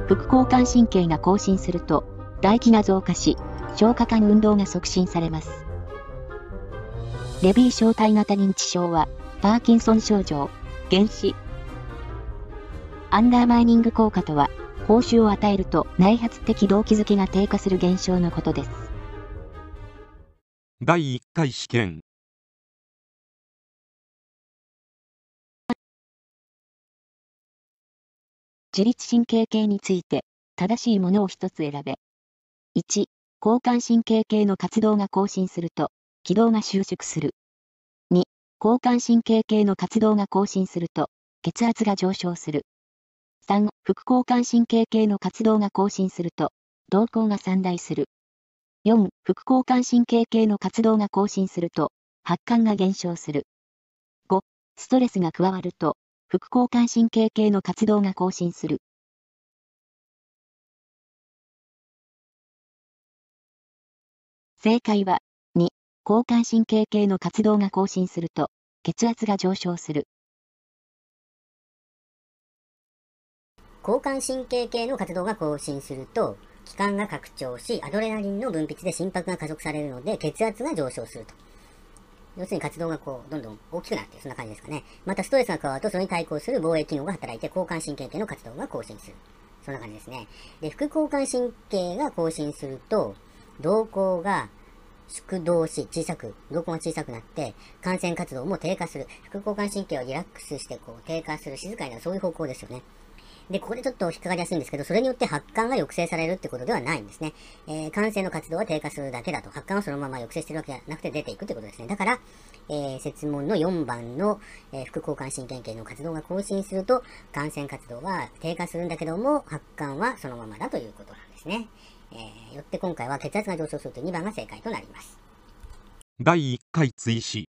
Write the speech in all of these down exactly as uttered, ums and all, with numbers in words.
副交感神経が亢進すると、唾液が増加し、消化管運動が促進されます。レビー小体型認知症は、パーキンソン症状、減死。アンダーマイニング効果とは、報酬を与えると内発的動機づけが低下する現象のことです。 だいいっかい試験。 自律神経系について、正しいものを一つ選べ。いち、交感神経系の活動が亢進すると、気道が収縮する。に、交感神経系の活動が亢進すると、血圧が上昇する。さん、副交感神経系の活動が亢進すると、瞳孔が散大する。よん、副交感神経系の活動が亢進すると、発汗が減少する。ご、ストレスが加わると、副交感神経系の活動が亢進する。正解は、に、交感神経系の活動が亢進すると、血圧が上昇する。 交感神経系の活動が亢進すると、気管が拡張し、アドレナリンの分泌で心拍が加速されるので、血圧が上昇すると。要するに活動がこう、どんどん大きくなるっていう、そんな感じですかね。またストレスが加わると、それに対抗する防衛機能が働いて、交感神経系の活動が亢進する。そんな感じですね。で、副交感神経が亢進すると、瞳孔が縮動し、小さく、瞳孔が小さくなって、感染活動も低下する。副交感神経はリラックスして、こう、低下する、静かになる、そういう方向ですよね。で、ここでちょっと引っかかりやすいんですけど、それによって発汗が抑制されるってことではないんですね。えー、感染の活動は低下するだけだと。発汗はそのまま抑制してるわけじゃなくて出ていくってことですね。だから、えー、設問のよんばんの、えー、副交感神経系の活動が亢進すると、感染活動は低下するんだけども、発汗はそのままだということなんですね。えー、よって今回は血圧が上昇するというにばんが正解となります。 だいいっかい追試。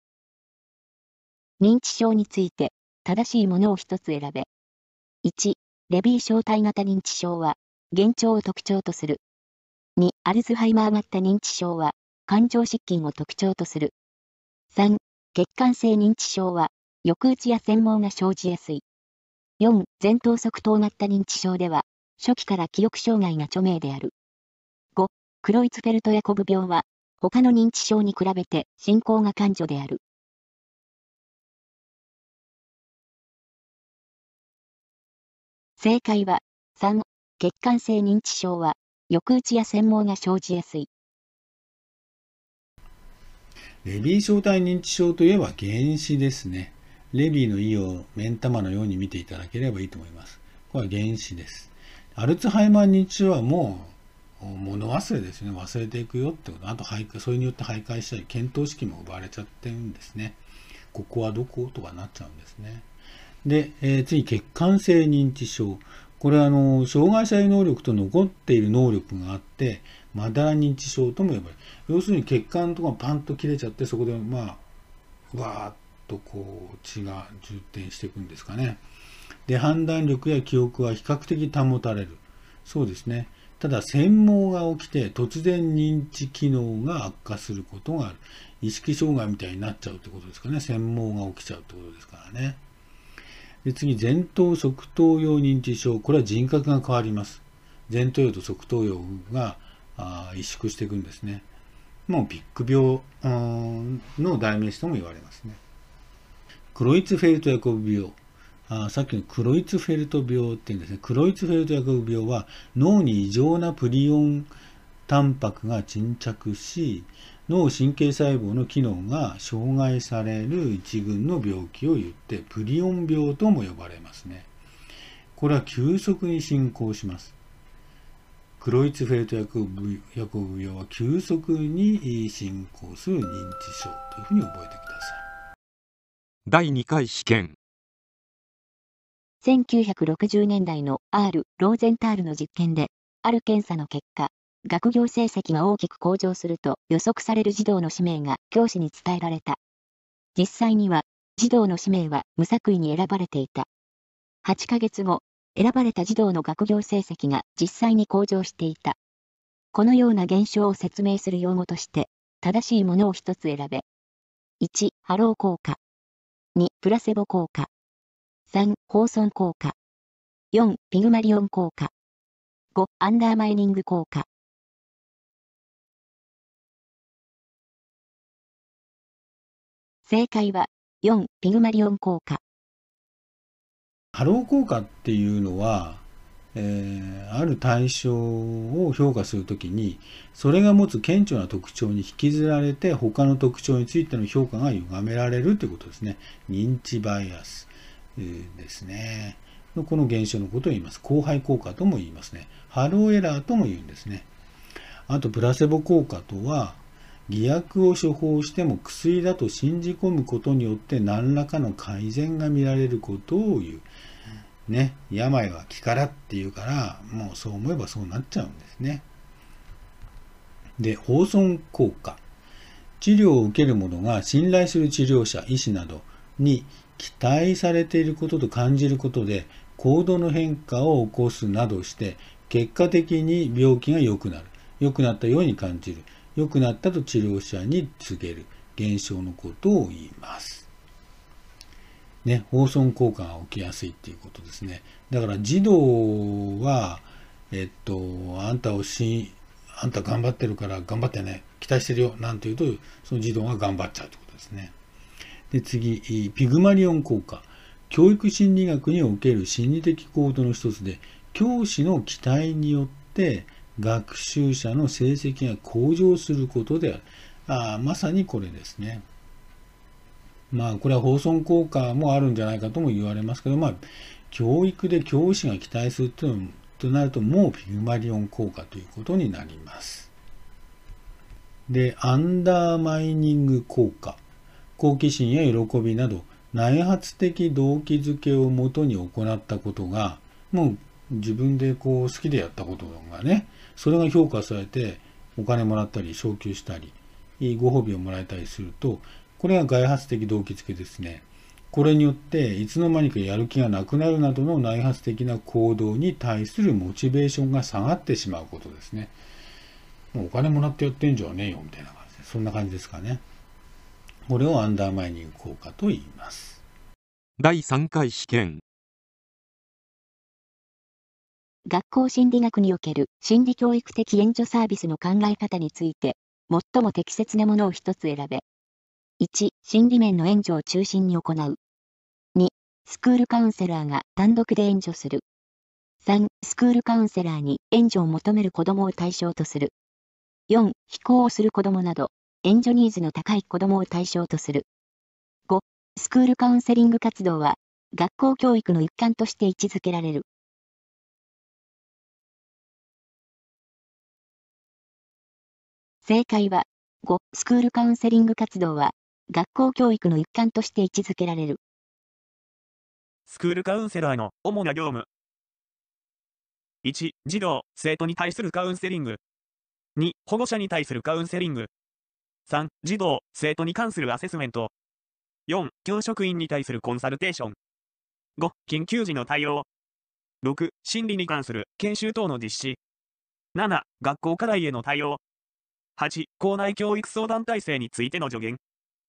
認知症について、正しいものを一つ選べ。いち、レビー小体型認知症は、幻聴を特徴とする。に、アルツハイマー型認知症は、感情失禁を特徴とする。さん、血管性認知症は、抑うつや眩盲が生じやすい。よん、前頭側頭型認知症では、初期から記憶障害が著名である。ご、クロイツフェルト・ヤコブ病は、他の認知症に比べて進行が感序である。正解は、さん、血管性認知症は、抑うつや眩盲が生じやすい。 レビー小体認知症といえば原子ですね。レビーの意を目ん玉のように見ていただければいいと思います。これは原子です。アルツハイマー認知症はもう物忘れですね。忘れていくよってこと。あと徘徊、それによって徘徊したり、見当識も奪われちゃってるんですね。ここはどことかなっちゃうんですね。で、えー、次、血管性認知症。これはあの障害者能力と残っている能力があって、まだら認知症とも呼ばれる。要するに血管とかパンと切れちゃって、そこでまあ、わーっとこう血が充填していくんですかね。で、判断力や記憶は比較的保たれる。そうですね。ただ、眩盲が起きて突然認知機能が悪化することがある。意識障害みたいになっちゃうってことですかね。眩盲が起きちゃうってことですからね。で次、前頭側頭葉認知症。これは人格が変わります。前頭葉と側頭葉が萎縮していくんですね。もうピック病の代名詞とも言われますね。クロイツフェルト・ヤコブ病。あさっきのクロイツフェルト病って言うんですね。クロイツフェルト・ヤコブ病は脳に異常なプリオンタンパクが沈着し、脳神経細胞の機能が障害される一群の病気を言って、プリオン病とも呼ばれますね。これは急速に進行します。クロイツフェルト・ヤコブ病は急速に進行する認知症というふうに覚えてください。 だいにかい試験。 せんきゅうひゃくろくじゅうねんだいの R・ローゼンタールの実験で、ある検査の結果、学業成績が大きく向上すると予測される児童の氏名が教師に伝えられた。実際には、児童の氏名は無作為に選ばれていた。はちかげつご、選ばれた児童の学業成績が実際に向上していた。このような現象を説明する用語として、正しいものを一つ選べ。いち、ハロー効果。に、プラセボ効果。さん、ホーソン効果。よん、ピグマリオン効果。 ご、アンダーマイニング効果。正解はよん、ピグマリオン効果。 ハロー効果っていうのは、えー、ある対象を評価するときに、それが持つ顕著な特徴に引きずられて、他の特徴についての評価が歪められるということですね。認知バイアス、えー、ですね。この現象のことを言います。交配効果とも言いますね。ハローエラーとも言うんですね。あと、プラセボ効果とは、偽薬を処方しても薬だと信じ込むことによって何らかの改善が見られることを言う。ね、病は気からっていうから、もうそう思えばそうなっちゃうんですね。で、放損効果。治療を受ける者が信頼する治療者、医師などに期待されていることと感じることで、行動の変化を起こすなどして、結果的に病気が良くなる。良くなったように感じる。良くなったと治療者に告げる現象のことを言います。ね、放損効果が起きやすいっていうことですね。だから児童は、えっと、あんたをし、あんた頑張ってるから頑張ってね、期待してるよ、なんて言うと、その児童が頑張っちゃうってことですね。で、次、ピグマリオン効果。教育心理学における心理的行動の一つで、教師の期待によって、学習者の成績が向上することである。ああ、まさにこれですね。まあ、これは放損効果もあるんじゃないかとも言われますけど、まあ、教育で教師が期待するというのとなると、もうピグマリオン効果ということになります。で、アンダーマイニング効果。好奇心や喜びなど、内発的動機づけをもとに行ったことが、もう自分でこう好きでやったことがね、それが評価されてお金もらったり昇給したりご褒美をもらえたりすると、これが外発的動機付けですね。これによっていつの間にかやる気がなくなるなどの内発的な行動に対するモチベーションが下がってしまうことですね。もうお金もらってやってんじゃねえよみたいな感じで、そんな感じですかね。これをアンダーマイニング効果と言います。 だいさんかい試験。 学校心理学における心理教育的援助サービスの考え方について、最も適切なものを一つ選べ。いち、心理面の援助を中心に行う。に、スクールカウンセラーが単独で援助する。さん、スクールカウンセラーに援助を求める子どもを対象とする。よん、非行をする子どもなど、援助ニーズの高い子どもを対象とする。ご、スクールカウンセリング活動は、学校教育の一環として位置づけられる。正解は、ご、スクールカウンセリング活動は、学校教育の一環として位置づけられる。 スクールカウンセラーの主な業務。いち、児童、生徒に対するカウンセリング。に、保護者に対するカウンセリング。さん、児童、生徒に関するアセスメント。よん、教職員に対するコンサルテーション。ご、緊急時の対応。ろく、心理に関する研修等の実施。なな、学校課題への対応。はち、校内教育相談体制についての助言。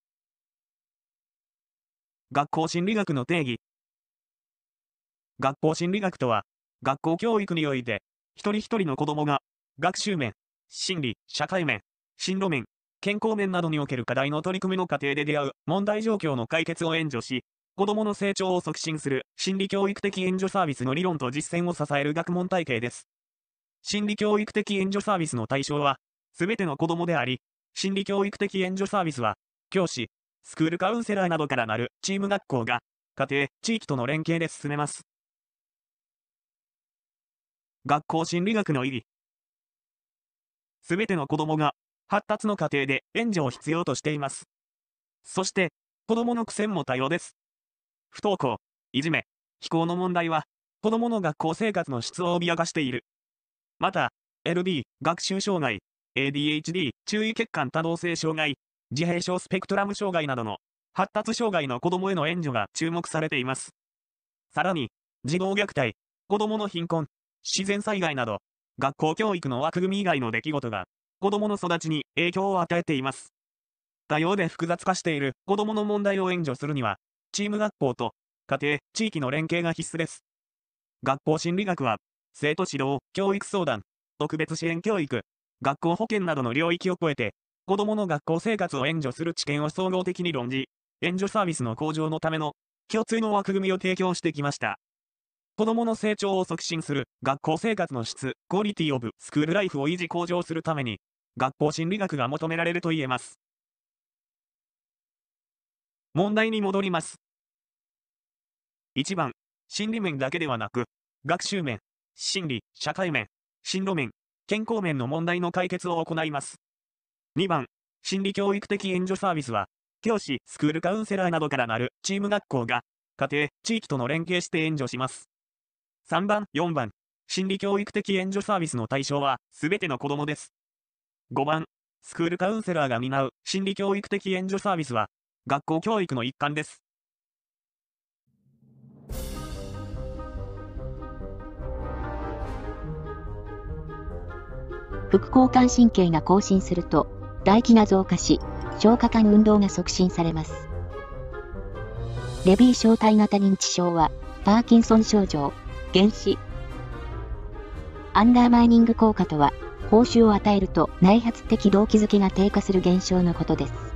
学校心理学の定義。学校心理学とは、学校教育において、一人一人の子供が、学習面、心理、社会面、進路面、健康面などにおける課題の取り組みの過程で出会う問題状況の解決を援助し、子供の成長を促進する心理教育的援助サービスの理論と実践を支える学問体系です。心理教育的援助サービスの対象は、すべての子供であり、心理教育的援助サービスは、教師、スクールカウンセラーなどからなるチーム学校が、家庭、地域との連携で進めます。学校心理学の意義。すべての子供が、発達の過程で援助を必要としています。そして、子供の苦戦も多様です。不登校、いじめ、非行の問題は、子供の学校生活の質を脅かしている。また、エルディー、学習障害、エーディーエイチディー、注意欠陥多動性障害、自閉症スペクトラム障害などの発達障害の子供への援助が注目されています。さらに、児童虐待、子供の貧困、自然災害など、学校教育の枠組み以外の出来事が、子供の育ちに影響を与えています。多様で複雑化している子供の問題を援助するには、チーム学校と家庭、地域の連携が必須です。学校心理学は、 生徒指導、教育相談、特別支援教育、学校保健などの領域を超えて、子どもの学校生活を援助する知見を総合的に論じ、援助サービスの向上のための共通の枠組みを提供してきました。子どもの成長を促進する学校生活の質、クオリティオブスクールライフを維持向上するために、学校心理学が求められると言えます。問題に戻ります。いちばん、心理面だけではなく、学習面、心理、社会面、進路面、健康面の問題の解決を行います。にばん、心理教育的援助サービスは、教師、スクールカウンセラーなどからなるチーム学校が、家庭、地域との連携して援助します。さんばん、よんばん、心理教育的援助サービスの対象は、すべての子どもです。ごばん、スクールカウンセラーが担う心理教育的援助サービスは、学校教育の一環です。 副交感神経が亢進すると、唾液が増加し、消化管運動が促進されます。レビー小体型認知症は、パーキンソン症状、原子。アンダーマイニング効果とは、報酬を与えると内発的動機づけが低下する現象のことです。